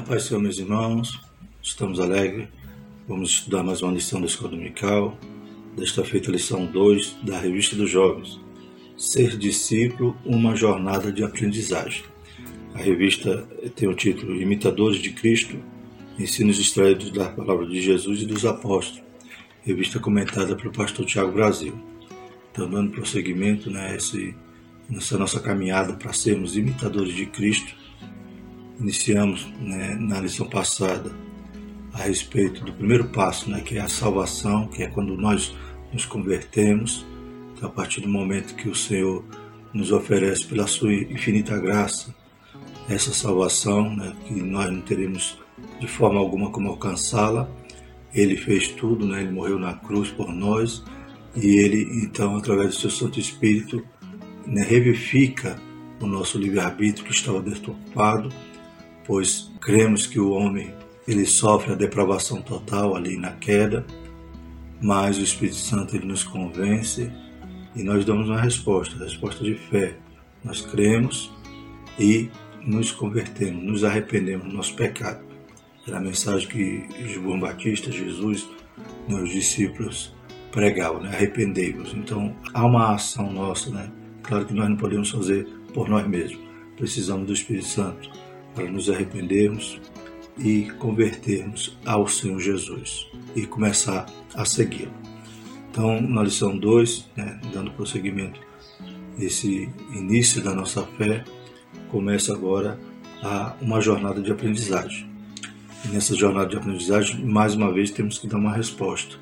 Paz do Senhor, meus irmãos, estamos alegres, vamos estudar mais uma lição da Escola Dominical, desta feita a lição 2 da Revista dos Jovens, Ser Discípulo, uma jornada de aprendizagem. A revista tem o título Imitadores de Cristo, ensinos extraídos da Palavra de Jesus e dos Apóstolos, revista comentada pelo pastor Tiago Brasil. Então, dando prosseguimento nessa nossa caminhada para sermos imitadores de Cristo, iniciamos na lição passada a respeito do primeiro passo, que é a salvação, que é quando nós nos convertemos. Então, a partir do momento que o Senhor nos oferece pela sua infinita graça essa salvação, que nós não teremos de forma alguma como alcançá-la. Ele fez tudo, Ele morreu na cruz por nós e Ele, então, através do seu Santo Espírito, revivifica o nosso livre-arbítrio que estava deturpado, pois cremos que o homem ele sofre a depravação total ali na queda, mas o Espírito Santo ele nos convence e nós damos uma resposta, a resposta de fé. Nós cremos e nos convertemos, nos arrependemos do nosso pecado. Era a mensagem que João Batista, Jesus, os discípulos pregavam, arrependei-vos. Então há uma ação nossa, Claro que nós não podemos fazer por nós mesmos, precisamos do Espírito Santo para nos arrependermos e convertermos ao Senhor Jesus e começar a segui-lo. Então, na lição 2, dando prosseguimento esse início da nossa fé, começa agora uma jornada de aprendizagem. E nessa jornada de aprendizagem, mais uma vez, temos que dar uma resposta.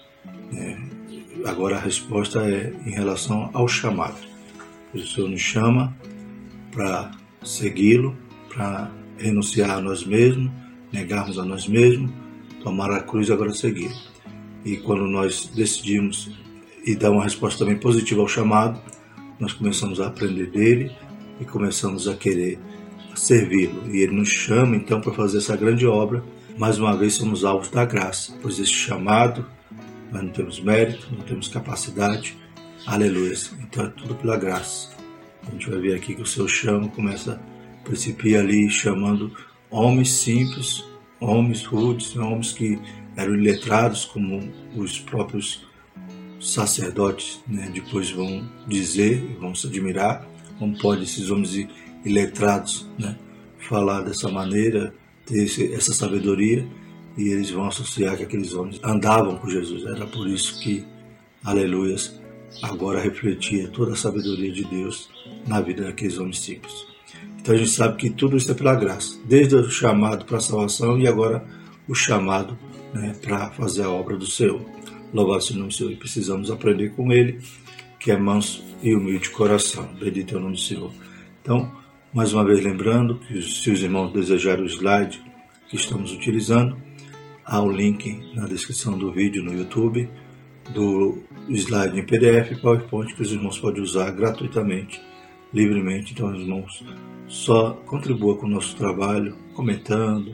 Agora a resposta é em relação ao chamado. O Senhor nos chama para segui-lo, para renunciar a nós mesmos, negarmos a nós mesmos, tomar a cruz e agora seguir. E quando nós decidimos e dar uma resposta também positiva ao chamado, nós começamos a aprender dele e começamos a querer servi-lo. E ele nos chama então para fazer essa grande obra. Mais uma vez somos alvos da graça, pois esse chamado, nós não temos mérito, não temos capacidade. Aleluia. Então é tudo pela graça. A gente vai ver aqui que o seu chama principia ali chamando homens simples, homens rudes, homens que eram iletrados, como os próprios sacerdotes, depois vão dizer, vão se admirar, como pode esses homens iletrados falar dessa maneira, ter essa sabedoria, e eles vão associar que aqueles homens andavam com Jesus. Era por isso que, aleluias, agora refletia toda a sabedoria de Deus na vida daqueles homens simples. Então a gente sabe que tudo isso é pela graça, desde o chamado para a salvação e agora o chamado para fazer a obra do Senhor. Louvado seja o nome do Senhor, e precisamos aprender com Ele, que é manso e humilde de coração. Bendito é o nome do Senhor. Então, mais uma vez lembrando que se os irmãos desejarem o slide que estamos utilizando, há o link na descrição do vídeo no YouTube, do slide em PDF e PowerPoint que os irmãos podem usar gratuitamente, livremente. Então, os irmãos só contribua com o nosso trabalho, comentando,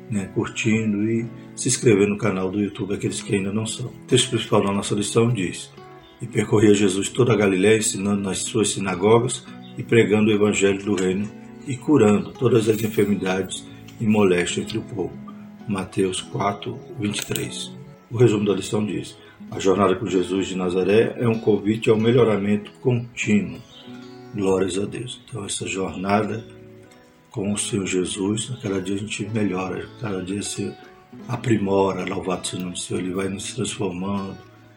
curtindo e se inscrever no canal do YouTube, aqueles que ainda não são. O texto principal da nossa lição diz: E percorria Jesus toda a Galiléia, ensinando nas suas sinagogas e pregando o evangelho do reino e curando todas as enfermidades e moléstias entre o povo. Mateus 4, 23. O resumo da lição diz: a jornada com Jesus de Nazaré é um convite ao melhoramento contínuo. Glórias a Deus. Então essa jornada com o Senhor Jesus, a cada dia a gente melhora, cada dia se aprimora, louvado seja o nome do Senhor, Ele vai nos transformando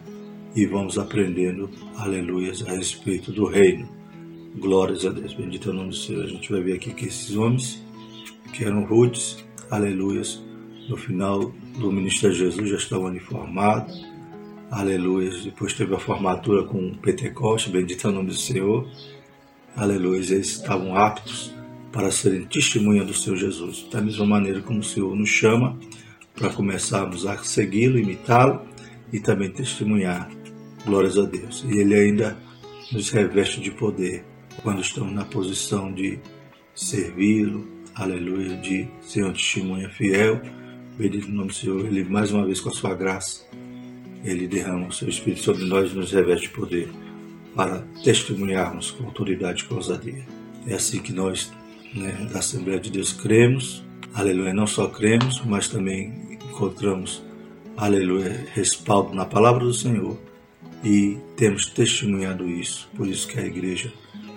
e vamos aprendendo, aleluias, a respeito do reino. Glórias a Deus, bendito é o nome do Senhor. A gente vai ver aqui que esses homens que eram rudes, aleluias, no final do ministério de Jesus já estavam uniformados, aleluias, depois teve a formatura com o Pentecoste, bendito é o nome do Senhor, aleluias, eles estavam aptos para serem testemunha do Senhor Jesus, da mesma maneira como o Senhor nos chama para começarmos a segui-lo, imitá-lo e também testemunhar. Glórias a Deus. E Ele ainda nos reveste de poder quando estamos na posição de servi-lo, aleluia, de ser uma testemunha fiel. Bendito o nome do Senhor. Ele, mais uma vez, com a sua graça, Ele derrama o seu Espírito sobre nós e nos reveste de poder para testemunharmos com autoridade e com ousadia. É assim que nós, da Assembleia de Deus, cremos aleluia, não só cremos, mas também encontramos, aleluia, respaldo na palavra do Senhor e temos testemunhado isso. Por isso que a igreja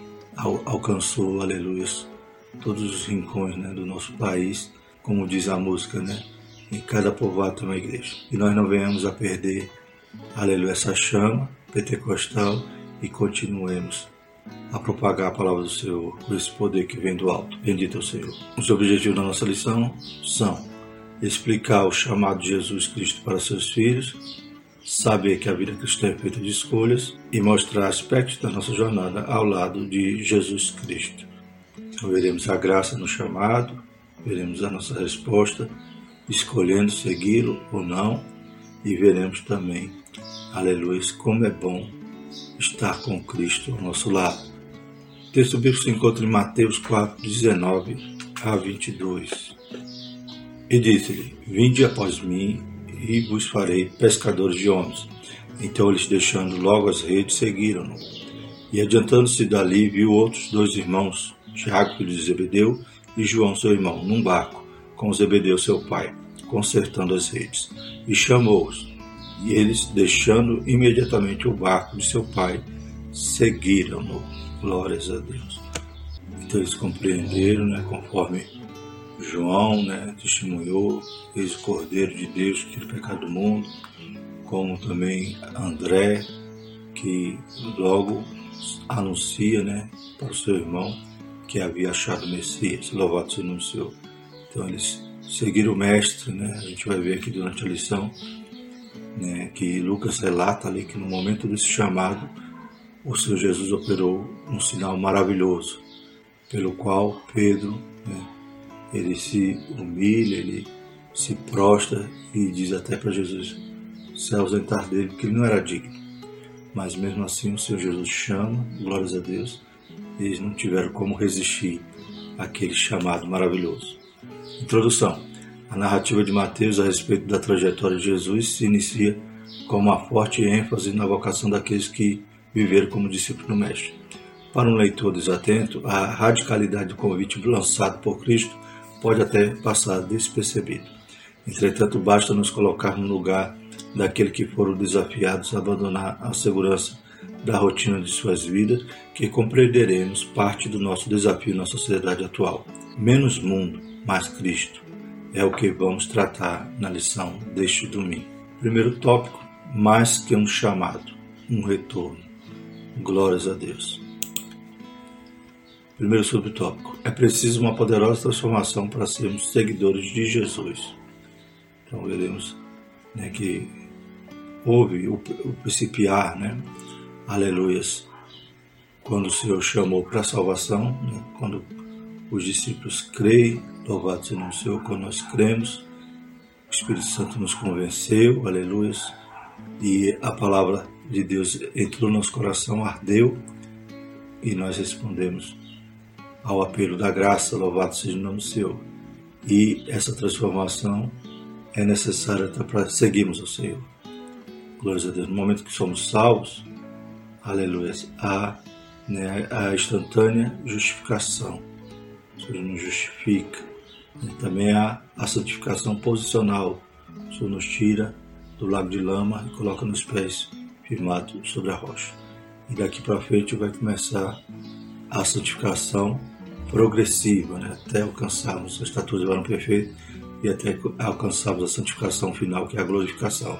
alcançou, aleluia, todos os rincões, né, do nosso país, como diz a música, né? Em cada povoado tem uma igreja. E nós não venhamos a perder, aleluia, essa chama pentecostal e continuemos a propagar a palavra do Senhor por esse poder que vem do alto. Bendito é o Senhor. Os objetivos da nossa lição são explicar o chamado de Jesus Cristo para seus filhos, saber que a vida cristã é feita de escolhas e mostrar aspectos da nossa jornada ao lado de Jesus Cristo. Então veremos a graça no chamado, veremos a nossa resposta, escolhendo segui-lo ou não, e veremos também, aleluia, como é bom estar com Cristo ao nosso lado. O texto bíblico se encontra em Mateus 4, 19 a 22. E disse-lhe: Vinde após mim, e vos farei pescadores de homens. Então eles, deixando logo as redes, seguiram-no. E adiantando-se dali, viu outros 2 irmãos, Tiago, filho de Zebedeu, e João, seu irmão, num barco, com Zebedeu, seu pai, consertando as redes. E chamou-os. E eles, deixando imediatamente o barco de seu pai, seguiram-no. Glórias a Deus. Então eles compreenderam, né, conforme João, né, testemunhou, eis o Cordeiro de Deus que tira o pecado do mundo, como também André, que logo anuncia, né, para o seu irmão que havia achado o Messias. Louvado seja o nome do Senhor. Então eles seguiram o mestre, né? A gente vai ver aqui durante a lição, né, que Lucas relata ali que no momento desse chamado o Senhor Jesus operou um sinal maravilhoso, pelo qual Pedro, né, ele se humilha, ele se prostra e diz até para Jesus se ausentar dele, porque ele não era digno. Mas mesmo assim o Senhor Jesus chama, glórias a Deus, e eles não tiveram como resistir àquele chamado maravilhoso. Introdução. A narrativa de Mateus a respeito da trajetória de Jesus se inicia com uma forte ênfase na vocação daqueles que viveram como discípulos do Mestre. Para um leitor desatento, a radicalidade do convite lançado por Cristo pode até passar despercebido. Entretanto, basta nos colocar no lugar daqueles que foram desafiados a abandonar a segurança da rotina de suas vidas, que compreenderemos parte do nosso desafio na sociedade atual. Menos mundo, mais Cristo. É o que vamos tratar na lição deste domingo. Primeiro tópico, mais que um chamado, um retorno. Glórias a Deus. Primeiro subtópico, é preciso uma poderosa transformação para sermos seguidores de Jesus. Então veremos, né, que houve o principiar, né, aleluias, quando o Senhor chamou para a salvação, né, quando os discípulos creem, louvado seja o nome do Senhor, quando nós cremos, o Espírito Santo nos convenceu, aleluias, e a palavra de Deus entrou no nosso coração, ardeu, e nós respondemos ao apelo da graça, louvado seja o nome do Senhor. E essa transformação é necessária para seguirmos o Senhor. Glórias a Deus. No momento que somos salvos, aleluia, há, né, a instantânea justificação. O Senhor nos justifica. E também há a santificação posicional. O Senhor nos tira do lago de lama e coloca nos pés firmados sobre a rocha. E daqui para frente vai começar a santificação progressiva, né, até alcançarmos a estatura do varão perfeito e até alcançarmos a santificação final, que é a glorificação.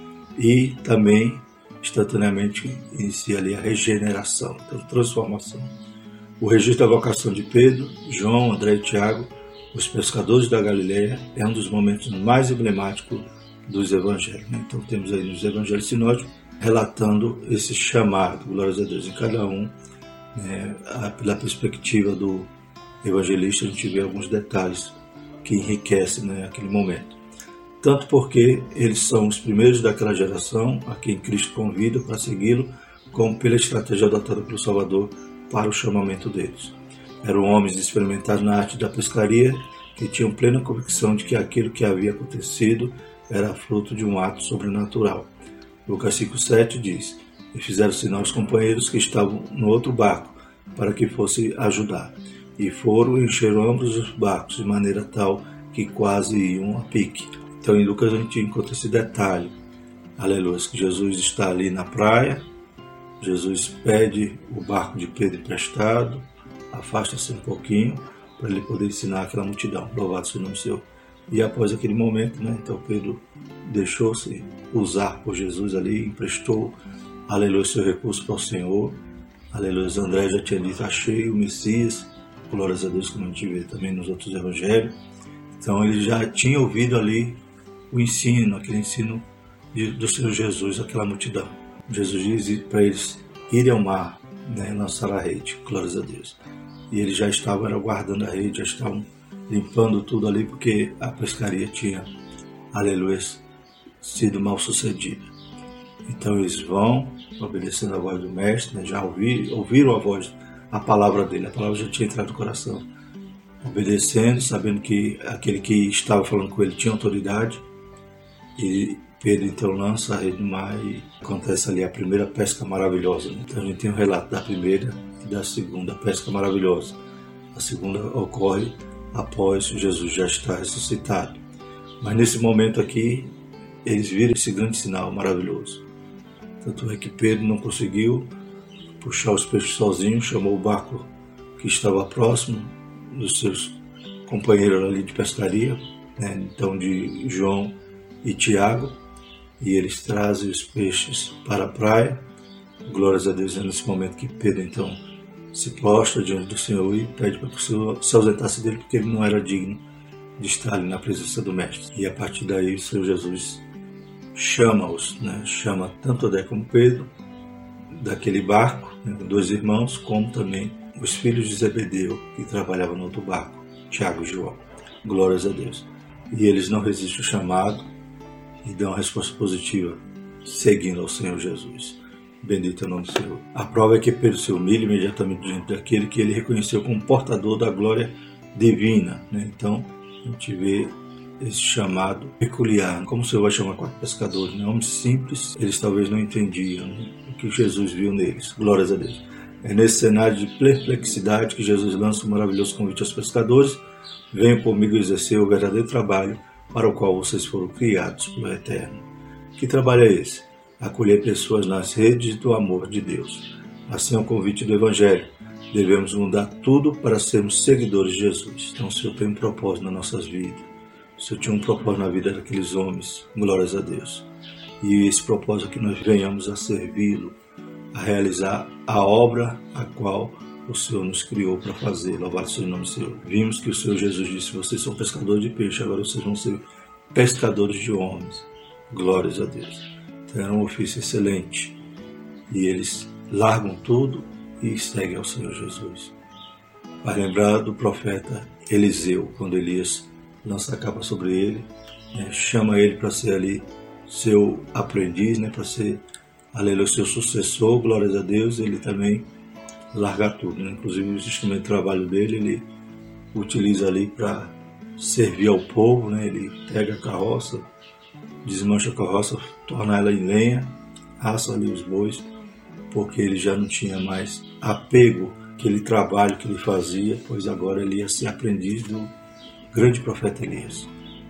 E também, instantaneamente, inicia ali a regeneração, então, transformação. O registro da vocação de Pedro, João, André e Tiago, os pescadores da Galileia, é um dos momentos mais emblemáticos dos evangelhos. Né? Então temos aí nos evangelhos sinóticos relatando esse chamado, glórias a Deus, em cada um, né, pela perspectiva do evangelista, a gente vê alguns detalhes que enriquecem, né, aquele momento. Tanto porque eles são os primeiros daquela geração a quem Cristo convida para segui-lo, como pela estratégia adotada pelo Salvador para o chamamento deles. Eram homens experimentados na arte da pescaria que tinham plena convicção de que aquilo que havia acontecido era fruto de um ato sobrenatural. Lucas 5,7 diz: E fizeram sinal aos companheiros que estavam no outro barco, para que fosse ajudar. E foram e encheram ambos os barcos, de maneira tal que quase iam a pique. Então em Lucas a gente encontra esse detalhe, aleluia, que Jesus está ali na praia, Jesus pede o barco de Pedro emprestado, afasta-se um pouquinho para ele poder ensinar aquela multidão. Louvado seja o nome do Senhor. E após aquele momento, então Pedro deixou-se usar por Jesus ali, emprestou, aleluia, seu recurso para o Senhor. Aleluia, André já tinha dito, achei o Messias, glórias a Deus, como a gente vê também nos outros evangelhos. Então ele já tinha ouvido ali o ensino, aquele ensino do Senhor Jesus, aquela multidão. Jesus diz para eles irem ao mar, lançar a rede, glórias a Deus. E eles já estavam guardando a rede, já estavam limpando tudo ali, porque a pescaria tinha, aleluia, sido mal sucedida. Então eles vão, obedecendo a voz do mestre, já ouviram a voz, a palavra dele, a palavra já tinha entrado no coração. Obedecendo, sabendo que aquele que estava falando com ele tinha autoridade, e Pedro então lança a rede no mar e acontece ali a primeira pesca maravilhosa. Então a gente tem um relato da primeira e da segunda pesca maravilhosa. A segunda ocorre após Jesus já estar ressuscitado. Mas nesse momento aqui, eles viram esse grande sinal maravilhoso. Tanto é que Pedro não conseguiu puxar os peixes sozinho, chamou o barco que estava próximo dos seus companheiros ali de pescaria, então de João e Tiago, e eles trazem os peixes para a praia. Glórias a Deus, é nesse momento que Pedro então se prostra diante do Senhor e pede para que o Senhor se ausentasse dele, porque ele não era digno de estar ali na presença do Mestre. E a partir daí o Senhor Jesus chama-os, chama tanto André como Pedro daquele barco, dois irmãos, como também os filhos de Zebedeu que trabalhavam no outro barco, Tiago e João. Glórias a Deus. E eles não resistem ao chamado e dão uma resposta positiva, seguindo ao Senhor Jesus. Bendito é o nome do Senhor. A prova é que Pedro se humilha imediatamente diante daquele que ele reconheceu como portador da glória divina. Então, a gente vê esse chamado peculiar. Como o Senhor vai chamar quatro pescadores? Homens simples, eles talvez não entendiam o que Jesus viu neles. Glórias a Deus. É nesse cenário de perplexidade que Jesus lança um maravilhoso convite aos pescadores: venham comigo exercer o verdadeiro trabalho para o qual vocês foram criados pelo Eterno. Que trabalho é esse? Acolher pessoas nas redes do amor de Deus. Assim é o convite do Evangelho. Devemos mudar tudo para sermos seguidores de Jesus. Então o Senhor tem um propósito nas nossas vidas. O Senhor tinha um propósito na vida daqueles homens. Glórias a Deus. E esse propósito é que nós venhamos a servi-lo, a realizar a obra a qual o Senhor nos criou para fazer. Louvado seja o nome do Senhor. Vimos que o Senhor Jesus disse: vocês são pescadores de peixe, agora vocês vão ser pescadores de homens. Glórias a Deus. Então era um ofício excelente. E eles largam tudo e seguem ao Senhor Jesus. Vai lembrar do profeta Eliseu, quando Elias lança a capa sobre ele, chama ele para ser ali seu aprendiz, para ser, aleluia, seu sucessor. Glórias a Deus. Ele também largar tudo, inclusive os instrumentos de trabalho dele ele utiliza ali para servir ao povo, ele pega a carroça, desmancha a carroça, torna ela em lenha, assa ali os bois, porque ele já não tinha mais apego àquele trabalho que ele fazia, pois agora ele ia ser aprendiz do grande profeta Elias.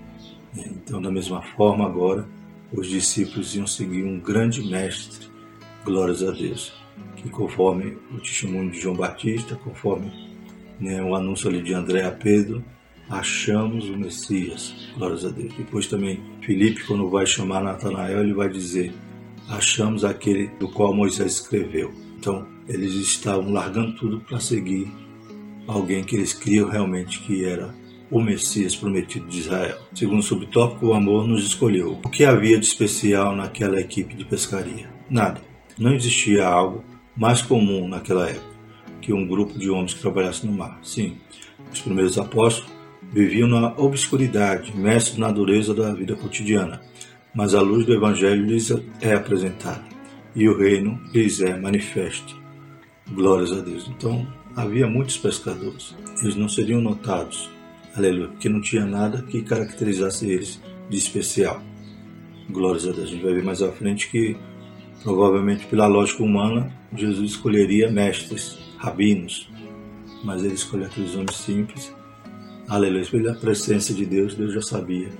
Então, da mesma forma, agora os discípulos iam seguir um grande mestre, glórias a Deus, que conforme o testemunho de João Batista, conforme o anúncio ali de André a Pedro, achamos o Messias, glórias a Deus. Depois também Filipe, quando vai chamar Natanael, ele vai dizer: achamos aquele do qual Moisés escreveu. Então eles estavam largando tudo para seguir alguém que eles criam realmente que era o Messias prometido de Israel. Segundo o subtópico, o amor nos escolheu. O que havia de especial naquela equipe de pescaria? Nada. Não existia algo mais comum naquela época que um grupo de homens que trabalhasse no mar. Sim, os primeiros apóstolos viviam na obscuridade, imersos na dureza da vida cotidiana, mas a luz do Evangelho lhes é apresentada e o reino lhes é manifesto. Glórias a Deus. Então, havia muitos pescadores. Eles não seriam notados, aleluia, porque não tinha nada que caracterizasse eles de especial. Glórias a Deus. A gente vai ver mais à frente que, provavelmente pela lógica humana, Jesus escolheria mestres, rabinos, mas ele escolheu aqueles homens simples, aleluia, pela presença de Deus, Deus já sabia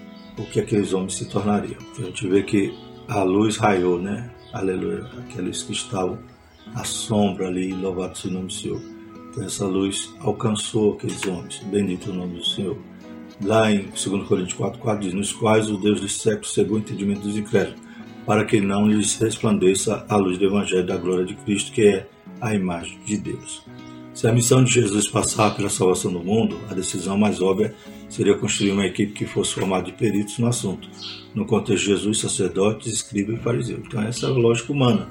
o que aqueles homens se tornariam. Então a gente vê que a luz raiou, né? Aleluia, aqueles que estavam à sombra ali, louvado seja o nome do Senhor. Então essa luz alcançou aqueles homens, bendito o nome do Senhor. Lá em 2 Coríntios 4,4 diz, nos quais o Deus dos séculos cegou o entendimento dos incrédulos, para que não lhes resplandeça a luz do Evangelho da glória de Cristo, que é a imagem de Deus. Se a missão de Jesus passar pela salvação do mundo, a decisão mais óbvia seria construir uma equipe que fosse formada de peritos no assunto, no contexto de Jesus, sacerdotes, escribas e fariseus. Então essa era a lógica humana.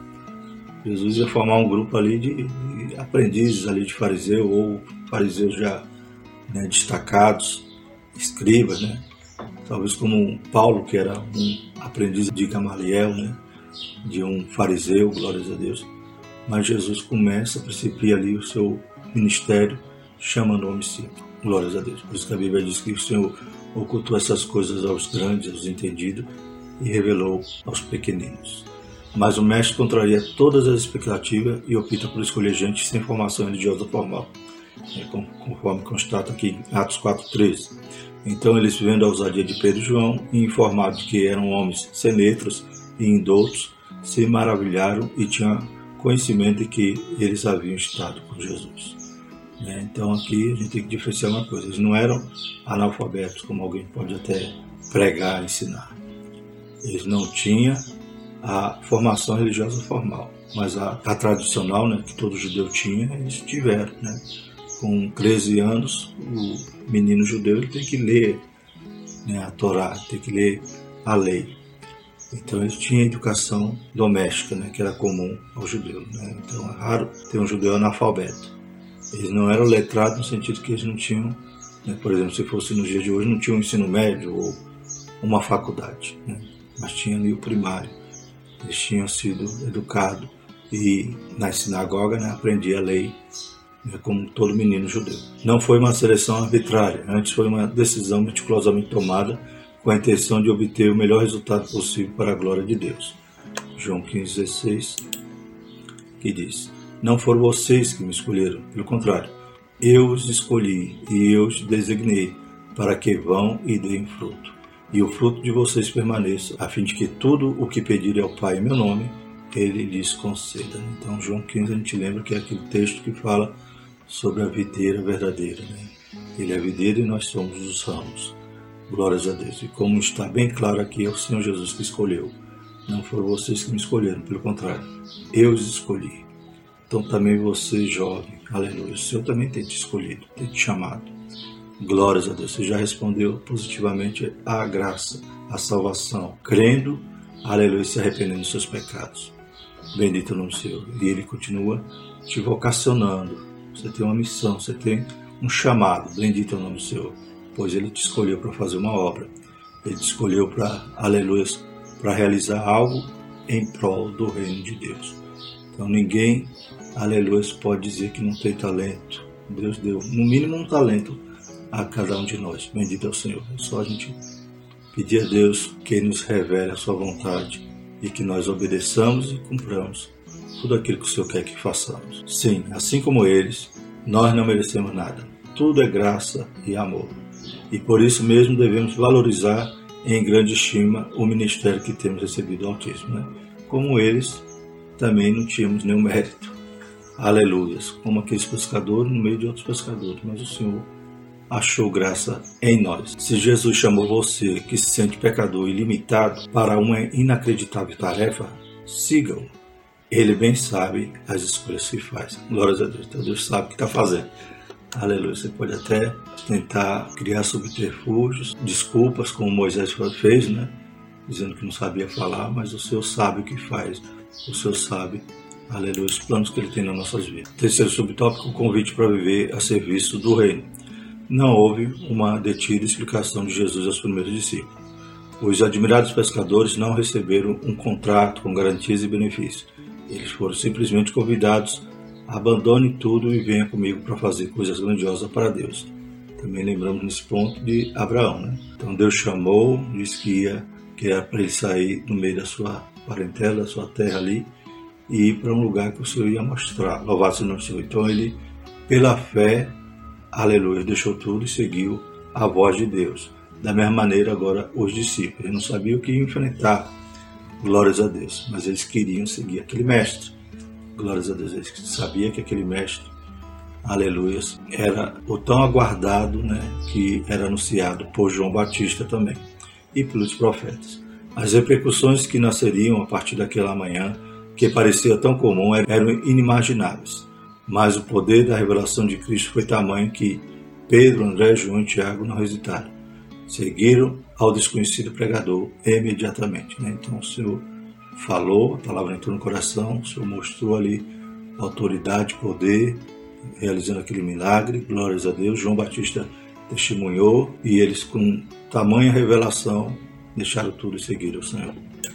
Jesus ia formar um grupo ali de aprendizes ali de fariseu, ou fariseus já, né, destacados, escribas, né? Talvez como Paulo, que era um aprendiz de Gamaliel, né? De um fariseu, glórias a Deus. Mas Jesus principia ali o seu ministério, chamando o homicídio. Glórias a Deus. Por isso que a Bíblia diz que o Senhor ocultou essas coisas aos grandes, aos entendidos, e revelou aos pequeninos. Mas o mestre contraria todas as expectativas e opta por escolher gente sem formação religiosa formal, conforme constata aqui em Atos 4,13. Então eles, vendo a ousadia de Pedro e João, e informados que eram homens sem letras e indoutos, se maravilharam e tinham conhecimento de que eles haviam estado com Jesus. Então aqui a gente tem que diferenciar uma coisa, eles não eram analfabetos, como alguém pode até pregar, ensinar. Eles não tinham a formação religiosa formal, mas a tradicional, né, que todo judeu tinha, eles tiveram, né? Com 13 anos, o menino judeu ele tem que ler, né, a Torá, tem que ler a lei. Então eles tinham educação doméstica, né, que era comum ao judeu. Né? Então é raro ter um judeu analfabeto. Eles não eram letrados no sentido que eles não tinham, né, por exemplo, se fosse nos dias de hoje, não tinham um ensino médio ou uma faculdade, né, mas tinha ali o primário. Eles tinham sido educados e na sinagoga, né, aprendia a lei, como todo menino judeu. Não foi uma seleção arbitrária, antes foi uma decisão meticulosamente tomada com a intenção de obter o melhor resultado possível para a glória de Deus. João 15,16, que diz, não foram vocês que me escolheram, pelo contrário, eu os escolhi e eu os designei para que vão e deem fruto, e o fruto de vocês permaneça, a fim de que tudo o que pedirem ao Pai em meu nome, Ele lhes conceda. Então, João 15, a gente lembra que é aquele texto que fala sobre a videira verdadeira. Né? Ele é a videira e nós somos os ramos. Glórias a Deus. E como está bem claro aqui, é o Senhor Jesus que escolheu. Não foram vocês que me escolheram, pelo contrário, eu os escolhi. Então também você, jovem, aleluia, o Senhor também tem te escolhido, tem te chamado. Glórias a Deus. Você já respondeu positivamente à graça, à salvação, crendo, aleluia, se arrependendo dos seus pecados. Bendito o nome do Senhor. E Ele continua te vocacionando. Você tem uma missão, você tem um chamado. Bendito é o nome do Senhor. Pois Ele te escolheu para fazer uma obra. Ele te escolheu para, aleluia, para realizar algo em prol do reino de Deus. Então ninguém, aleluia, pode dizer que não tem talento. Deus deu, no mínimo, um talento a cada um de nós. Bendito é o Senhor. É só a gente pedir a Deus que Ele nos revele a sua vontade e que nós obedeçamos e cumpramos tudo aquilo que o Senhor quer que façamos. Sim, assim como eles, nós não merecemos nada. Tudo é graça e amor. E por isso mesmo devemos valorizar em grande estima o ministério que temos recebido do Altíssimo. Né? Como eles, também não tínhamos nenhum mérito. Aleluias. Como aqueles pescadores no meio de outros pescadores. Mas o Senhor achou graça em nós. Se Jesus chamou você, que se sente pecador e limitado, para uma inacreditável tarefa, siga-o. Ele bem sabe as escolhas que faz. Glórias a Deus. Então Deus sabe o que está fazendo. Aleluia. Você pode até tentar criar subterfúgios, desculpas, como Moisés fez, né? Dizendo que não sabia falar, mas o Senhor sabe o que faz. O Senhor sabe, aleluia, os planos que Ele tem nas nossas vidas. Terceiro subtópico, o convite para viver a serviço do reino. Não houve uma detida explicação de Jesus aos primeiros discípulos. Os admirados pescadores não receberam um contrato com garantias e benefícios. Eles foram simplesmente convidados: abandone tudo e venha comigo para fazer coisas grandiosas para Deus. Também lembramos nesse ponto de Abraão, né? Então Deus chamou, disse que era para ele sair no meio da sua parentela, da sua terra ali, e ir para um lugar que o Senhor ia mostrar. Louvado seja o nome do Senhor. Então ele, pela fé, aleluia, deixou tudo e seguiu a voz de Deus. Da mesma maneira agora os discípulos, eles não sabiam o que iam enfrentar, glórias a Deus, mas eles queriam seguir aquele mestre, glórias a Deus, eles sabiam que aquele mestre, aleluia, era o tão aguardado, né, que era anunciado por João Batista também e pelos profetas. As repercussões que nasceriam a partir daquela manhã, que parecia tão comum, eram inimagináveis. Mas o poder da revelação de Cristo foi tamanho que Pedro, André, João e Tiago não hesitaram. Seguiram ao desconhecido pregador imediatamente. Né? Então o Senhor falou, a palavra entrou no coração, o Senhor mostrou ali autoridade, poder, realizando aquele milagre, glórias a Deus. João Batista testemunhou e eles, com tamanha revelação, deixaram tudo e seguiram o Senhor.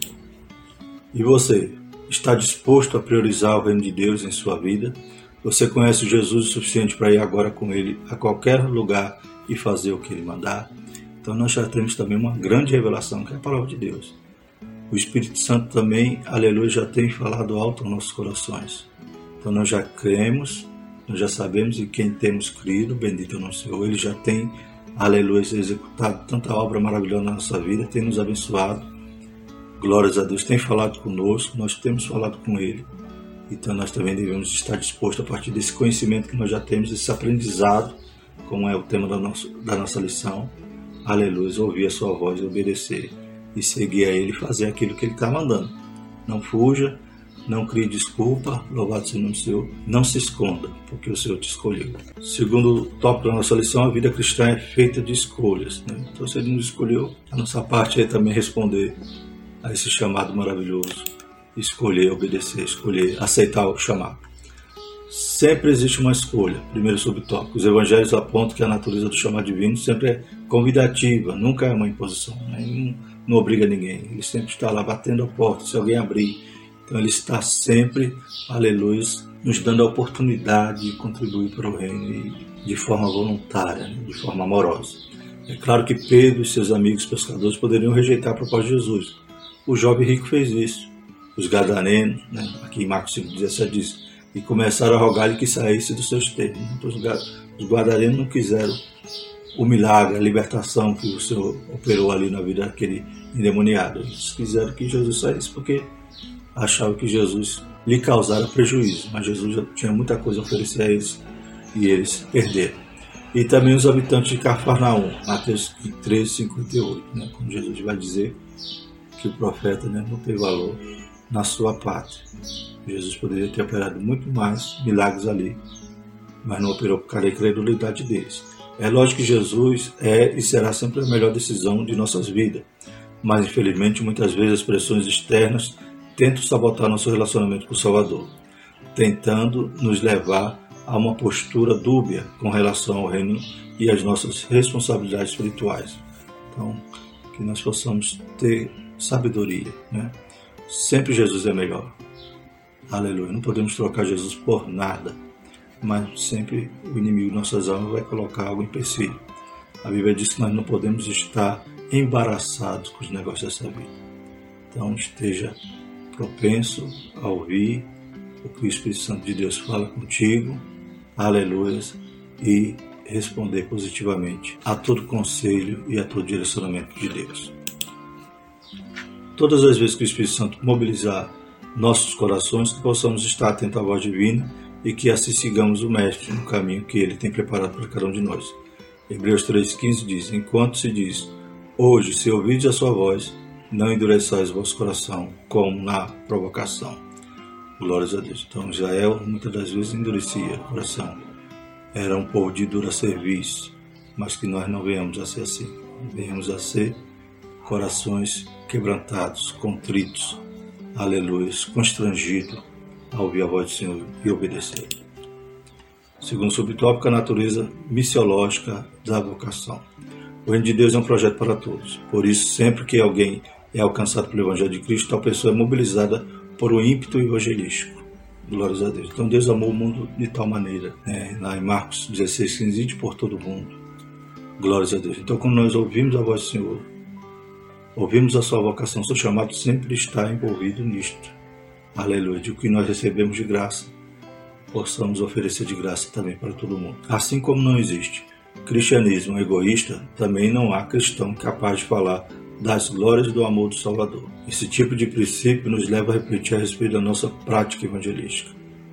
E você, está disposto a priorizar o reino de Deus em sua vida? Você conhece Jesus o suficiente para ir agora com Ele a qualquer lugar e fazer o que Ele mandar? Então nós já temos também uma grande revelação, que é a palavra de Deus. O Espírito Santo também, aleluia, já tem falado alto aos nossos corações. Então nós já cremos, nós já sabemos em quem temos crido, bendito é o nosso Senhor. Ele já tem, aleluia, executado tanta obra maravilhosa na nossa vida, tem nos abençoado. Glórias a Deus, tem falado conosco, nós temos falado com Ele. Então nós também devemos estar dispostos a partir desse conhecimento que nós já temos, esse aprendizado, como é o tema da nossa lição, aleluia, ouvir a sua voz, obedecer e seguir a Ele e fazer aquilo que Ele está mandando. Não fuja, não crie desculpa, louvado seja o nome do Senhor, não se esconda, porque o Senhor te escolheu. Segundo tópico da nossa lição, a vida cristã é feita de escolhas. Né? Então se Ele nos escolheu, a nossa parte é também responder a esse chamado maravilhoso, escolher, obedecer, escolher, aceitar o chamado. Sempre existe uma escolha. Primeiro subtópico, os evangelhos apontam que a natureza do chamado divino sempre é convidativa, nunca é uma imposição, né? Não obriga ninguém, ele sempre está lá batendo a porta, se alguém abrir. Então ele está sempre, aleluia, nos dando a oportunidade de contribuir para o reino de forma voluntária, né? De forma amorosa. É claro que Pedro e seus amigos pescadores poderiam rejeitar a proposta de Jesus. O jovem rico fez isso. Os gadarenos, né? Aqui em Marcos 5,17 diz, e começaram a rogar-lhe que saísse dos seus termos. Então os gadarenos não quiseram o milagre, a libertação que o Senhor operou ali na vida daquele endemoniado. Eles quiseram que Jesus saísse porque achavam que Jesus lhe causara prejuízo, mas Jesus já tinha muita coisa a oferecer a eles e eles perderam. E também os habitantes de Cafarnaum, Mateus 13,58, né? Como Jesus vai dizer que o profeta, né, não tem valor na sua pátria. Jesus poderia ter operado muito mais milagres ali, mas não operou por causa da incredulidade deles. É lógico que Jesus é e será sempre a melhor decisão de nossas vidas, mas infelizmente muitas vezes as pressões externas tentam sabotar nosso relacionamento com o Salvador, tentando nos levar a uma postura dúbia com relação ao reino e às nossas responsabilidades espirituais. Então, que nós possamos ter sabedoria, né? Sempre Jesus é melhor. Aleluia. Não podemos trocar Jesus por nada, mas sempre o inimigo de nossas almas vai colocar algo em empecilho. A Bíblia diz que nós não podemos estar embaraçados com os negócios dessa vida. Então esteja propenso a ouvir o que o Espírito Santo de Deus fala contigo, aleluia, e responder positivamente a todo conselho e a todo direcionamento de Deus. Todas as vezes que o Espírito Santo mobilizar nossos corações, que possamos estar atentos à voz divina e que assim sigamos o Mestre no caminho que Ele tem preparado para cada um de nós. Hebreus 3,15 diz, enquanto se diz, hoje, se ouvides a sua voz, não endureçais o vosso coração, como na provocação. Glórias a Deus. Então Israel muitas das vezes endurecia o coração. Era um povo de dura serviço, mas que nós não venhamos a ser assim. Venhamos a ser corações quebrantados, contritos, aleluia, constrangidos a ouvir a voz do Senhor e obedecer. Segundo subtópico, a natureza missiológica da vocação. O reino de Deus é um projeto para todos. Por isso, sempre que alguém é alcançado pelo Evangelho de Cristo, tal pessoa é mobilizada por um ímpeto evangelístico. Glórias a Deus. Então Deus amou o mundo de tal maneira, lá em Marcos 16,15, ide por todo o mundo. Glórias a Deus. Então quando nós ouvimos a voz do Senhor, ouvimos a sua vocação, seu chamado sempre está envolvido nisto. Aleluia. De que nós recebemos de graça, possamos oferecer de graça também para todo mundo. Assim como não existe cristianismo egoísta, também não há cristão capaz de falar das glórias do amor do Salvador. Esse tipo de princípio nos leva a refletir a respeito da nossa prática evangelística.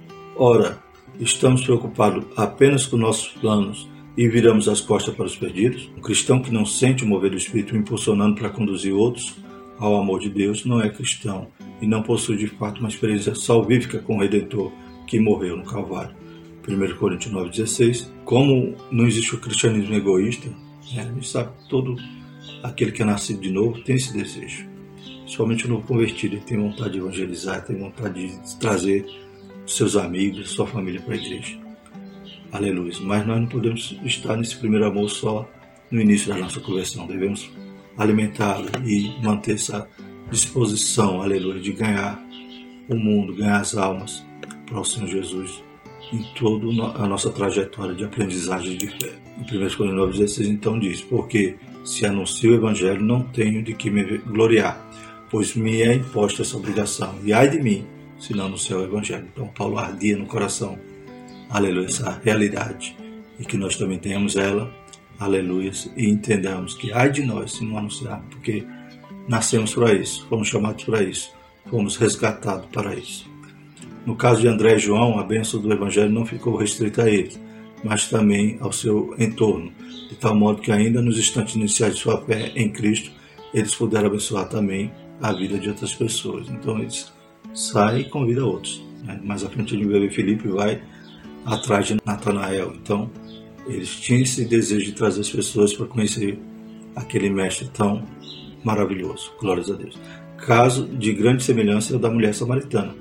Ora, estamos preocupados apenas com nossos planos e viramos as costas para os perdidos? Um cristão que não sente o mover do Espírito impulsionando para conduzir outros ao amor de Deus não é cristão e não possui de fato uma experiência salvífica com o Redentor que morreu no Calvário. 1 Coríntios 9,16. Como não existe o cristianismo egoísta, a gente sabe que todo aquele que é nascido de novo tem esse desejo. Principalmente o novo convertido, ele tem vontade de evangelizar, tem vontade de trazer seus amigos, sua família para a igreja. Aleluia. Mas nós não podemos estar nesse primeiro amor só no início da nossa conversão. Devemos alimentá-lo e manter essa disposição, aleluia, de ganhar o mundo, ganhar as almas para o Senhor Jesus em toda a nossa trajetória de aprendizagem de fé. Em 1 Coríntios 9,16 então diz: porque se anuncio o Evangelho, não tenho de que me gloriar, pois me é imposta essa obrigação, e ai de mim, se não anunciar o Evangelho. Então Paulo ardia no coração, aleluia, essa realidade, e que nós também tenhamos ela, aleluia, e entendamos que ai de nós se não anunciar, porque nascemos para isso, fomos chamados para isso, fomos resgatados para isso. No caso de André e João, a bênção do Evangelho não ficou restrita a eles, mas também ao seu entorno, de tal modo que ainda nos instantes iniciais de sua fé em Cristo, eles puderam abençoar também a vida de outras pessoas. Então eles saem e convidam outros. Mais à frente ele vê Filipe e vai atrás de Natanael. Então eles tinham esse desejo de trazer as pessoas para conhecer aquele mestre tão maravilhoso. Glórias a Deus. Caso de grande semelhança é o da mulher samaritana.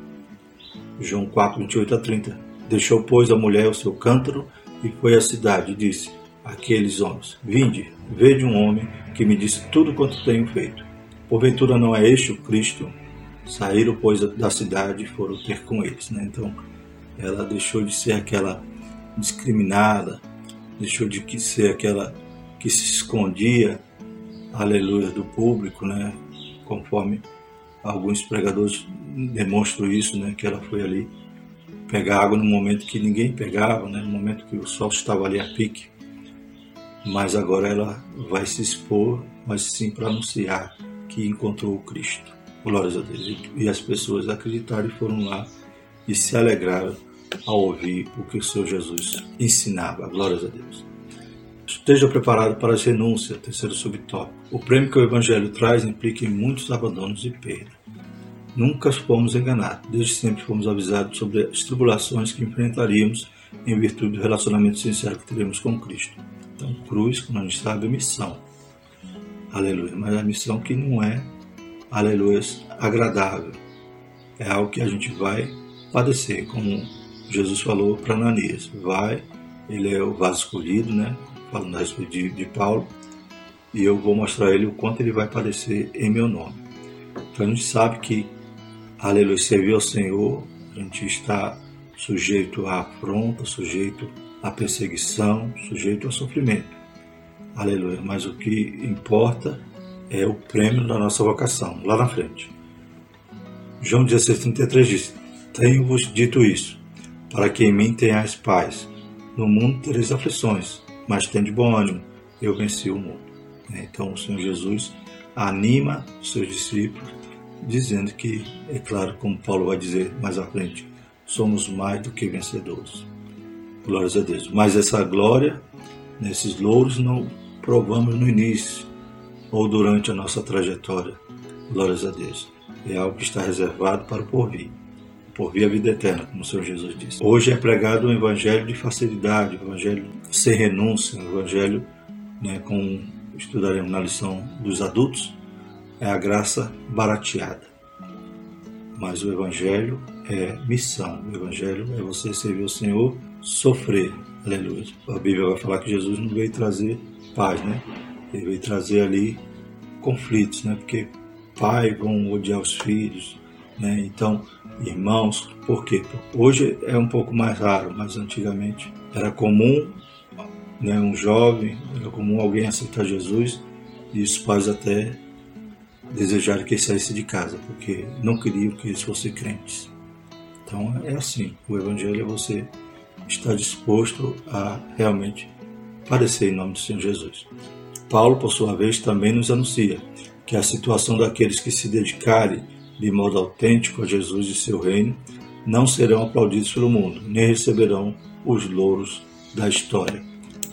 João 4, 28 a 30. Deixou, pois, a mulher o seu cântaro e foi à cidade e disse àqueles homens: vinde, vede um homem que me disse tudo quanto tenho feito. Porventura não é este o Cristo? Saíram, pois, da cidade e foram ter com eles. Então, ela deixou de ser aquela discriminada, deixou de ser aquela que se escondia, aleluia, do público, conforme alguns pregadores demonstram isso, que ela foi ali pegar água no momento que ninguém pegava, no momento que o sol estava ali a pique. Mas agora ela vai se expor, mas sim para anunciar que encontrou o Cristo. Glórias a Deus. E as pessoas acreditaram e foram lá e se alegraram ao ouvir o que o Senhor Jesus ensinava. Glórias a Deus. Esteja preparado para as renúncias, terceiro subtópico. O prêmio que o Evangelho traz implica em muitos abandonos e perda. Nunca fomos enganados, desde sempre fomos avisados sobre as tribulações que enfrentaríamos em virtude do relacionamento sincero que teremos com Cristo. Então, cruz, como a gente sabe, é missão. Aleluia. Mas a missão que não é, aleluia, agradável. É algo que a gente vai padecer, como Jesus falou para Ananias. Ele é o vaso escolhido, falando a respeito de Paulo, e eu vou mostrar a ele o quanto ele vai padecer em meu nome. Então a gente sabe que, aleluia, servir ao Senhor, a gente está sujeito à afronta, sujeito à perseguição, sujeito ao sofrimento. Aleluia, mas o que importa é o prêmio da nossa vocação, lá na frente. João 16,33 diz: tenho-vos dito isso, para que em mim tenhais paz. No mundo tereis aflições, mas tende bom ânimo, eu venci o mundo. Então o Senhor Jesus anima os seus discípulos, dizendo que, é claro, como Paulo vai dizer mais à frente, somos mais do que vencedores. Glórias a Deus. Mas essa glória, nesses louros, não provamos no início ou durante a nossa trajetória. Glórias a Deus. É algo que está reservado para o porvir. Por via vida eterna, como o Senhor Jesus disse. Hoje é pregado um evangelho de facilidade, um evangelho sem renúncia, um evangelho, como estudaremos na lição dos adultos, é a graça barateada. Mas o evangelho é missão, o evangelho é você servir ao Senhor, sofrer. Aleluia. A Bíblia vai falar que Jesus não veio trazer paz, Ele veio trazer ali conflitos, porque pais vão odiar os filhos, Então, irmãos, por quê? Hoje é um pouco mais raro, mas antigamente era comum, um jovem, era comum alguém aceitar Jesus e os pais até desejarem que ele saísse de casa, porque não queriam que eles fossem crentes. Então é assim, o Evangelho é você estar disposto a realmente padecer em nome do Senhor Jesus. Paulo, por sua vez, também nos anuncia que a situação daqueles que se dedicarem de modo autêntico a Jesus e seu reino não serão aplaudidos pelo mundo, nem receberão os louros da história.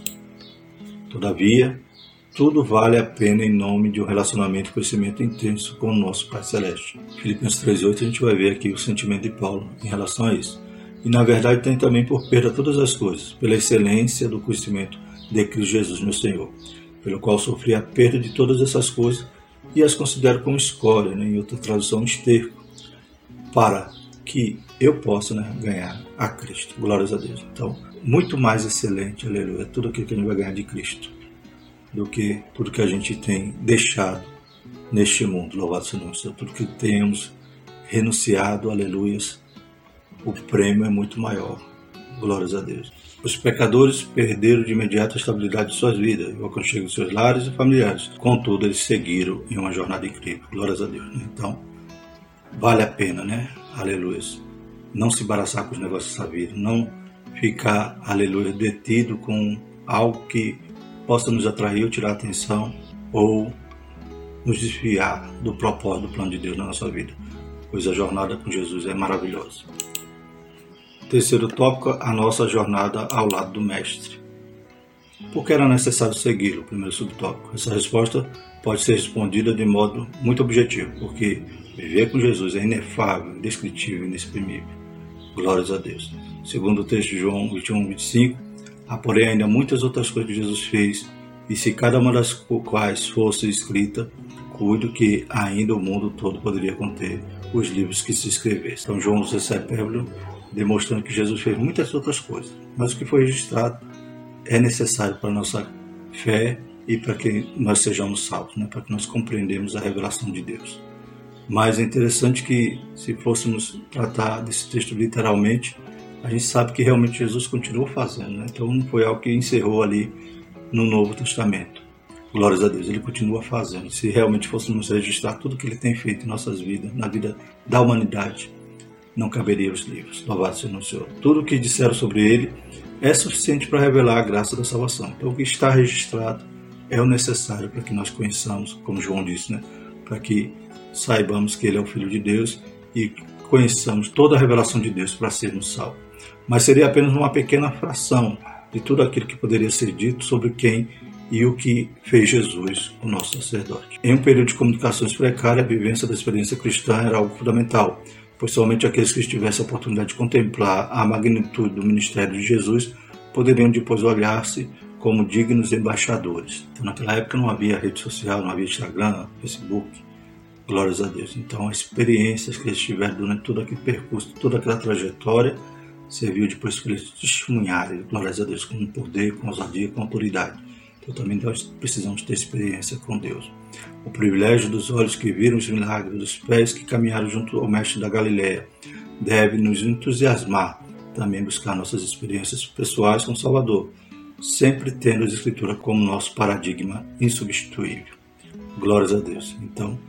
Todavia, tudo vale a pena em nome de um relacionamento e conhecimento intenso com o nosso Pai Celeste. Filipenses 3,8 a gente vai ver aqui o sentimento de Paulo em relação a isso. E na verdade tem também por perda todas as coisas, pela excelência do conhecimento de Cristo Jesus, meu Senhor, pelo qual sofri a perda de todas essas coisas e as considero como escória, em outra tradução, esterco, para que eu possa ganhar a Cristo. Glórias a Deus. Então, muito mais excelente, aleluia, tudo aquilo que a gente vai ganhar de Cristo, do que tudo que a gente tem deixado neste mundo. Louvado seja o Senhor. Tudo que temos renunciado, aleluias, o prêmio é muito maior. Glórias a Deus. Os pecadores perderam de imediato a estabilidade de suas vidas, o aconchego de seus lares e familiares. Contudo, eles seguiram em uma jornada incrível. Glórias a Deus. Então, vale a pena, Aleluia. Não se embaraçar com os negócios dessa vida. Não ficar, aleluia, detido com algo que possa nos atrair ou tirar a atenção ou nos desviar do propósito, do plano de Deus na nossa vida. Pois a jornada com Jesus é maravilhosa. Terceiro tópico, a nossa jornada ao lado do Mestre. Por que era necessário segui-lo? Primeiro subtópico. Essa resposta pode ser respondida de modo muito objetivo, porque viver com Jesus é inefável, indescritível e inexprimível. Glórias a Deus. Segundo o texto de João 21:25, há porém ainda muitas outras coisas que Jesus fez, e se cada uma das quais fosse escrita, cuido que ainda o mundo todo poderia conter os livros que se escrevessem. Então João nos recebe demonstrando que Jesus fez muitas outras coisas, mas o que foi registrado é necessário para a nossa fé e para que nós sejamos salvos, para que nós compreendamos a revelação de Deus. Mas é interessante que, se fôssemos tratar desse texto literalmente, a gente sabe que realmente Jesus continuou fazendo, Então não foi algo que encerrou ali no Novo Testamento. Glórias a Deus, Ele continua fazendo. Se realmente fôssemos registrar tudo que Ele tem feito em nossas vidas, na vida da humanidade, não caberia os livros. Louvado seja o Senhor. Tudo o que disseram sobre Ele é suficiente para revelar a graça da salvação. Então o que está registrado é o necessário para que nós conheçamos, como João disse, para que saibamos que Ele é o Filho de Deus e conheçamos toda a revelação de Deus para sermos salvos. Mas seria apenas uma pequena fração de tudo aquilo que poderia ser dito sobre quem e o que fez Jesus, o nosso sacerdote. Em um período de comunicações precária, a vivência da experiência cristã era algo fundamental, pois somente aqueles que tivessem a oportunidade de contemplar a magnitude do ministério de Jesus poderiam depois olhar-se como dignos embaixadores. Então, naquela época não havia rede social, não havia Instagram, Facebook, glórias a Deus. Então, as experiências que eles tiveram durante todo aquele percurso, toda aquela trajetória, serviu depois para eles testemunharem, glórias a Deus, com poder, com ousadia, com autoridade. Então, também nós precisamos ter experiência com Deus. O privilégio dos olhos que viram os milagres, dos pés que caminharam junto ao Mestre da Galileia, deve nos entusiasmar também buscar nossas experiências pessoais com o Salvador, sempre tendo as Escrituras como nosso paradigma insubstituível. Glórias a Deus. Então,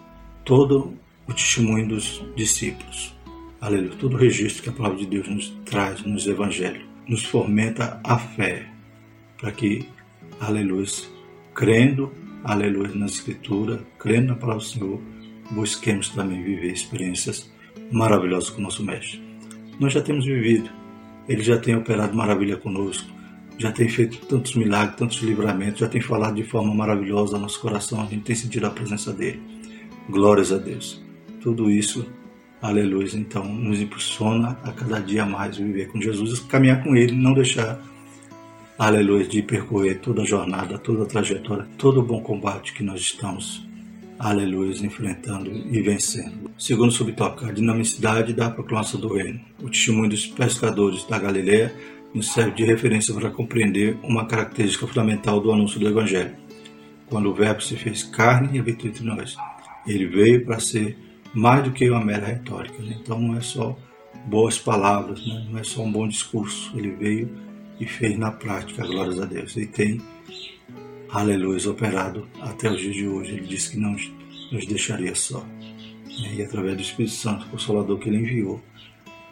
todo o testemunho dos discípulos, aleluia, todo o registro que a palavra de Deus nos traz nos evangelhos, nos fomenta a fé, para que, aleluia, crendo, aleluia, na Escritura, crendo na palavra do Senhor, busquemos também viver experiências maravilhosas com o nosso Mestre. Nós já temos vivido, Ele já tem operado maravilha conosco, já tem feito tantos milagres, tantos livramentos, já tem falado de forma maravilhosa ao nosso coração, a gente tem sentido a presença dEle. Glórias a Deus. Tudo isso, aleluia, então, nos impulsiona a cada dia mais viver com Jesus, caminhar com Ele, não deixar, aleluia, de percorrer toda a jornada, toda a trajetória, todo o bom combate que nós estamos, aleluia, enfrentando e vencendo. Segundo subtópico, a dinamicidade da proclamação do reino. O testemunho dos pescadores da Galileia nos serve de referência para compreender uma característica fundamental do anúncio do Evangelho. Quando o Verbo se fez carne e habitou entre nós, Ele veio para ser mais do que uma mera retórica. Então não é só boas palavras, não é só um bom discurso. Ele veio e fez na prática, glórias a Deus. E tem, aleluia, operado até os dias de hoje. Ele disse que não nos deixaria só. E através do Espírito Santo, Consolador que Ele enviou,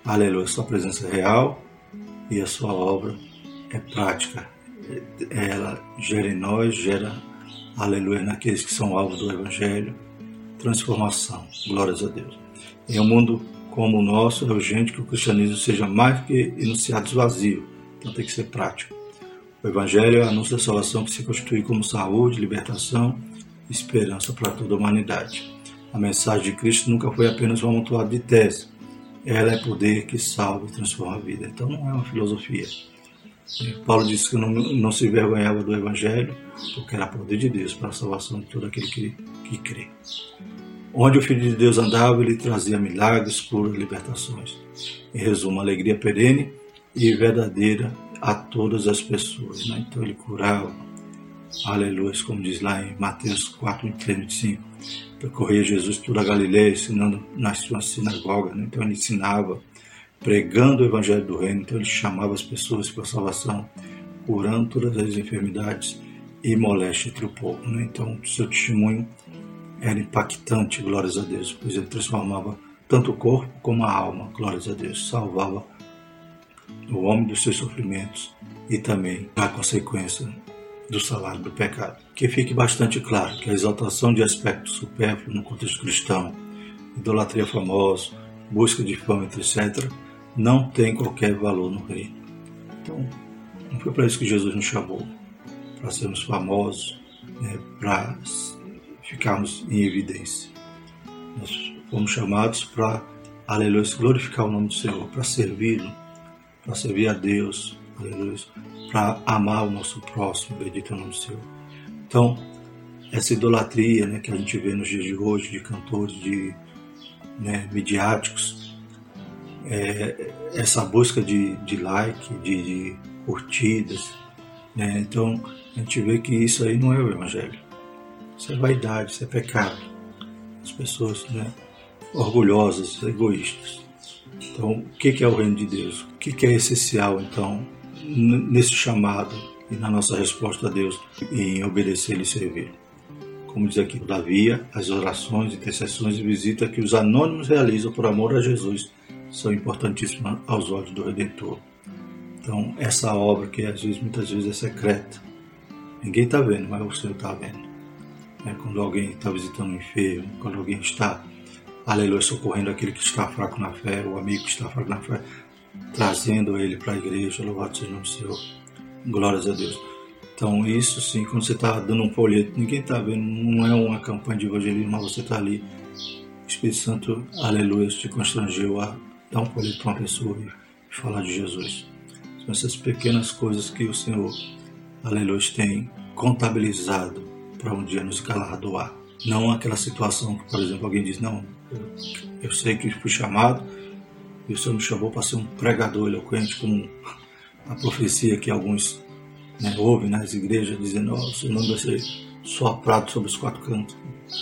aleluia, sua presença é real e a sua obra é prática. Ela gera em nós, gera, aleluia, naqueles que são alvos do Evangelho, transformação, glórias a Deus. Em um mundo como o nosso, é urgente que o cristianismo seja mais que enunciados vazio, então tem que ser prático. O Evangelho é o anúncio da salvação que se constitui como saúde, libertação e esperança para toda a humanidade. A mensagem de Cristo nunca foi apenas um amontoado de teses. Ela é poder que salva e transforma a vida. Então não é uma filosofia. Paulo disse que não se envergonhava do Evangelho, porque era poder de Deus para a salvação de todo aquele que crê. Onde o Filho de Deus andava, ele trazia milagres, curas, libertações. Em resumo, alegria perene e verdadeira a todas as pessoas. Né? Então ele curava, aleluia, como diz lá em Mateus 4, 23, 25, percorria Jesus toda a Galileia, ensinando nas suas sinagogas. Né? Então ele ensinava, pregando o Evangelho do Reino. Então ele chamava as pessoas para a salvação, curando todas as enfermidades e moléstia entre o povo. Né? Então o seu testemunho era impactante, glórias a Deus, pois ele transformava tanto o corpo como a alma, glórias a Deus, salvava o homem dos seus sofrimentos e também a consequência do salário do pecado. Que fique bastante claro que a exaltação de aspectos supérfluos no contexto cristão, idolatria famosa, busca de fama, etc., não tem qualquer valor no reino. Então, não foi para isso que Jesus nos chamou, para sermos famosos, para ficarmos em evidência. Nós fomos chamados para, aleluia, glorificar o nome do Senhor, para servi-lo, para servir a Deus, aleluia, para amar o nosso próximo, bendito é o nome do Senhor. Então, essa idolatria, né, que a gente vê nos dias de hoje, de cantores, de midiáticos, essa busca de like, de curtidas, né? Então, a gente vê que isso aí não é o Evangelho. Isso é vaidade, isso é pecado. As pessoas, orgulhosas, egoístas. Então, o que é o reino de Deus? O que é essencial, então, nesse chamado e na nossa resposta a Deus em obedecer e servir? Como diz aqui, todavia, as orações, intercessões e visitas que os anônimos realizam por amor a Jesus são importantíssimas aos olhos do Redentor. Então, essa obra que muitas vezes é secreta, ninguém está vendo, mas o Senhor está vendo. Quando alguém está visitando um enfermo, quando alguém está, aleluia, socorrendo aquele que está fraco na fé, o amigo que está fraco na fé, trazendo ele para a igreja, louvado seja o nome do Senhor, glórias a Deus. Então isso sim, quando você está dando um folheto, ninguém está vendo, não é uma campanha de evangelismo, mas você está ali, o Espírito Santo, aleluia, te constrangeu a dar um folheto para uma pessoa e falar de Jesus. São essas pequenas coisas que o Senhor, aleluia, tem contabilizado para um dia nos galardoar. Não aquela situação que, por exemplo, alguém diz, não, eu sei que fui chamado e o Senhor me chamou para ser um pregador eloquente, como a profecia que alguns ouvem nas igrejas, dizendo, o seu nome vai ser soprado sobre os quatro cantos.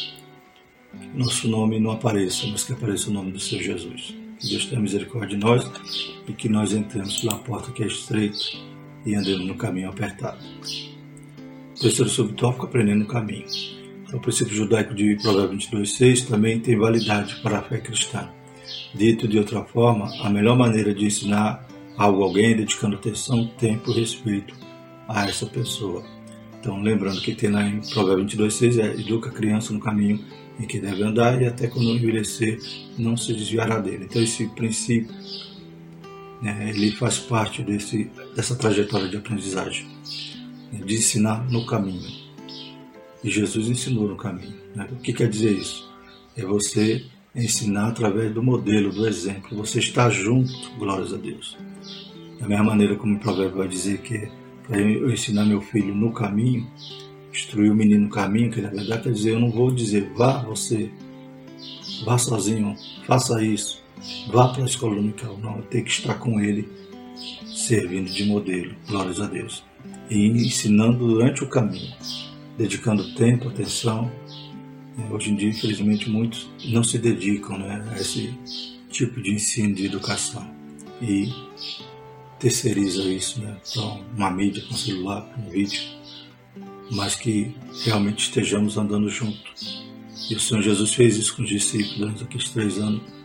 Que nosso nome não apareça, mas que apareça o nome do Senhor Jesus. Que Deus tenha misericórdia de nós e que nós entremos pela porta que é estreita e andemos no caminho apertado. Terceiro subtópico, aprendendo o caminho. O princípio judaico de Provérbios 22:6 também tem validade para a fé cristã. Dito de outra forma, a melhor maneira de ensinar algo a alguém é dedicando atenção, tempo e respeito a essa pessoa. Então, lembrando que tem lá em Provérbios 22:6, educa a criança no caminho em que deve andar e até quando envelhecer não se desviará dele. Então, esse princípio, ele faz parte dessa trajetória de aprendizagem, de ensinar no caminho. E Jesus ensinou no caminho. O que quer dizer isso? É você ensinar através do modelo, do exemplo. Você está junto, glórias a Deus. Da mesma maneira como o provérbio vai dizer que para eu ensinar meu filho no caminho, instruir o menino no caminho, que na verdade quer dizer, eu não vou dizer, vá você, vá sozinho, faça isso, vá para a escola dominical. Não, eu tenho que estar com ele, servindo de modelo, glórias a Deus. E ensinando durante o caminho, dedicando tempo, atenção. Hoje em dia, infelizmente, muitos não se dedicam a esse tipo de ensino, de educação. E terceiriza isso, para uma mídia, para um celular, para um vídeo. Mas que realmente estejamos andando juntos. E o Senhor Jesus fez isso com os discípulos durante aqueles 3 anos,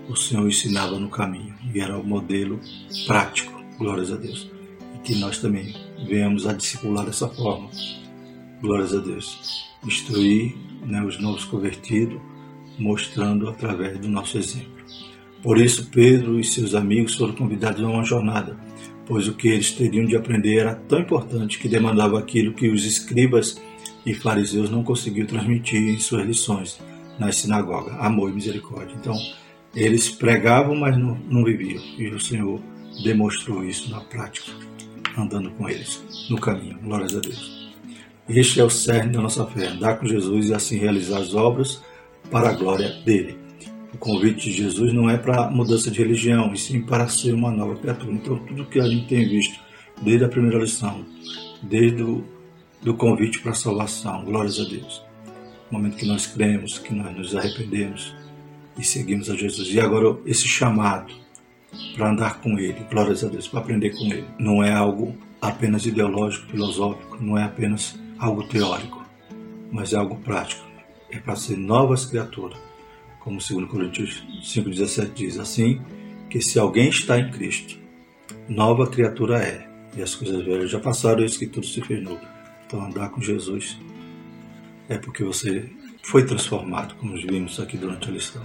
o Senhor ensinava no caminho e era o modelo prático, glórias a Deus. E que nós também venhamos a discipular dessa forma, glórias a Deus. Instruir, os novos convertidos, mostrando através do nosso exemplo. Por isso Pedro e seus amigos foram convidados a uma jornada, pois o que eles teriam de aprender era tão importante que demandava aquilo que os escribas e fariseus não conseguiam transmitir em suas lições nas sinagogas, amor e misericórdia. Então, eles pregavam, mas não viviam, e o Senhor demonstrou isso na prática, andando com eles no caminho, glórias a Deus. Este é o cerne da nossa fé, andar com Jesus e assim realizar as obras para a glória dele. O convite de Jesus não é para mudança de religião, e sim para ser uma nova criatura. Então, tudo que a gente tem visto desde a primeira lição, desde do convite para a salvação, glórias a Deus. No momento que nós cremos, que nós nos arrependemos e seguimos a Jesus. E agora esse chamado para andar com Ele, glórias a Deus, para aprender com Ele. Não é algo apenas ideológico, filosófico, não é apenas algo teórico, mas é algo prático. É para ser novas criaturas. Como 2 Coríntios 5,17 diz, assim que se alguém está em Cristo, nova criatura é, e as coisas velhas já passaram, eis que tudo se fez novo. Então andar com Jesus é porque você foi transformado, como vimos aqui durante a lição.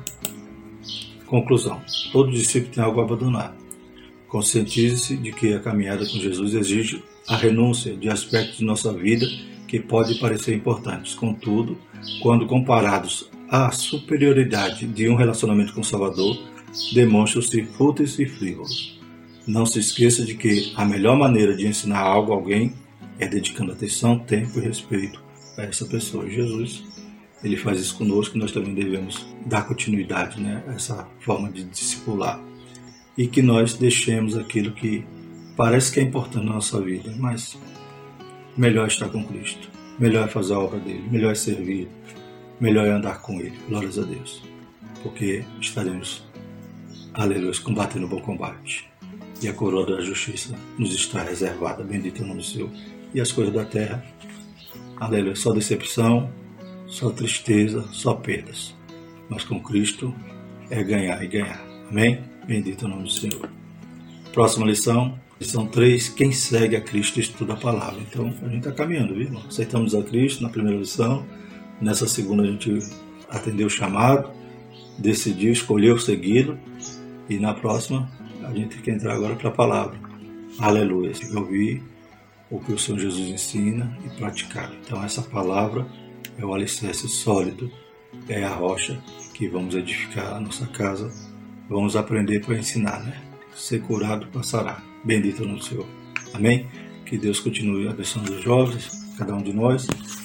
Conclusão, todo discípulo tem algo a abandonar. Conscientize-se de que a caminhada com Jesus exige a renúncia de aspectos de nossa vida que podem parecer importantes. Contudo, quando comparados à superioridade de um relacionamento com o Salvador, demonstram-se fúteis e frívolos. Não se esqueça de que a melhor maneira de ensinar algo a alguém é dedicando atenção, tempo e respeito a essa pessoa. Jesus, ele faz isso conosco, nós também devemos dar continuidade, a essa forma de discipular. E que nós deixemos aquilo que parece que é importante na nossa vida, mas melhor é estar com Cristo, melhor é fazer a obra dele, melhor é servir, melhor é andar com ele, glórias a Deus, porque estaremos, aleluia, combatendo o bom combate. E a coroa da justiça nos está reservada, bendito é o nome do Senhor. E as coisas da terra, aleluia, só decepção, só tristeza, só perdas. Mas com Cristo é ganhar e ganhar. Amém? Bendito é o nome do Senhor. Próxima lição, lição 3, quem segue a Cristo estuda a palavra. Então a gente está caminhando, viu, irmão? Aceitamos a Cristo na primeira lição, nessa segunda a gente atendeu o chamado, decidiu, escolheu segui-lo, e na próxima a gente tem que entrar agora para a palavra. Aleluia, tem que ouvir o que o Senhor Jesus ensina e praticar. Então essa palavra é o alicerce sólido, é a rocha que vamos edificar a nossa casa, vamos aprender para ensinar, Ser curado passará. Bendito é o nome do Senhor. Amém? Que Deus continue abençoando os jovens, cada um de nós.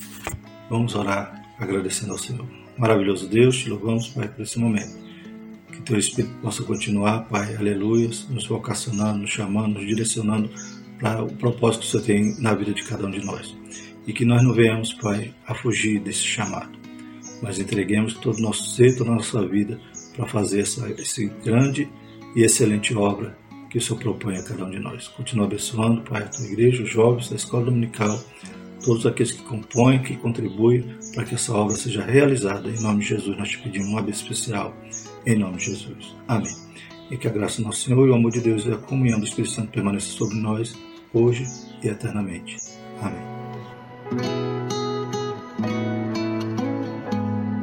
Vamos orar agradecendo ao Senhor. Maravilhoso Deus, te louvamos, Pai, por esse momento. Que teu Espírito possa continuar, Pai, aleluia, nos vocacionando, nos chamando, nos direcionando para o propósito que o Senhor tem na vida de cada um de nós. E que nós não venhamos, Pai, a fugir desse chamado, mas entreguemos todo o nosso ser, toda a nossa vida para fazer essa grande e excelente obra que o Senhor propõe a cada um de nós. Continua abençoando, Pai, a tua igreja, os jovens da escola dominical, todos aqueles que compõem, que contribuem para que essa obra seja realizada. Em nome de Jesus, nós te pedimos uma bênção especial. Em nome de Jesus. Amém. E que a graça do nosso Senhor e o amor de Deus e a comunhão do Espírito Santo permaneça sobre nós, hoje e eternamente. Amém.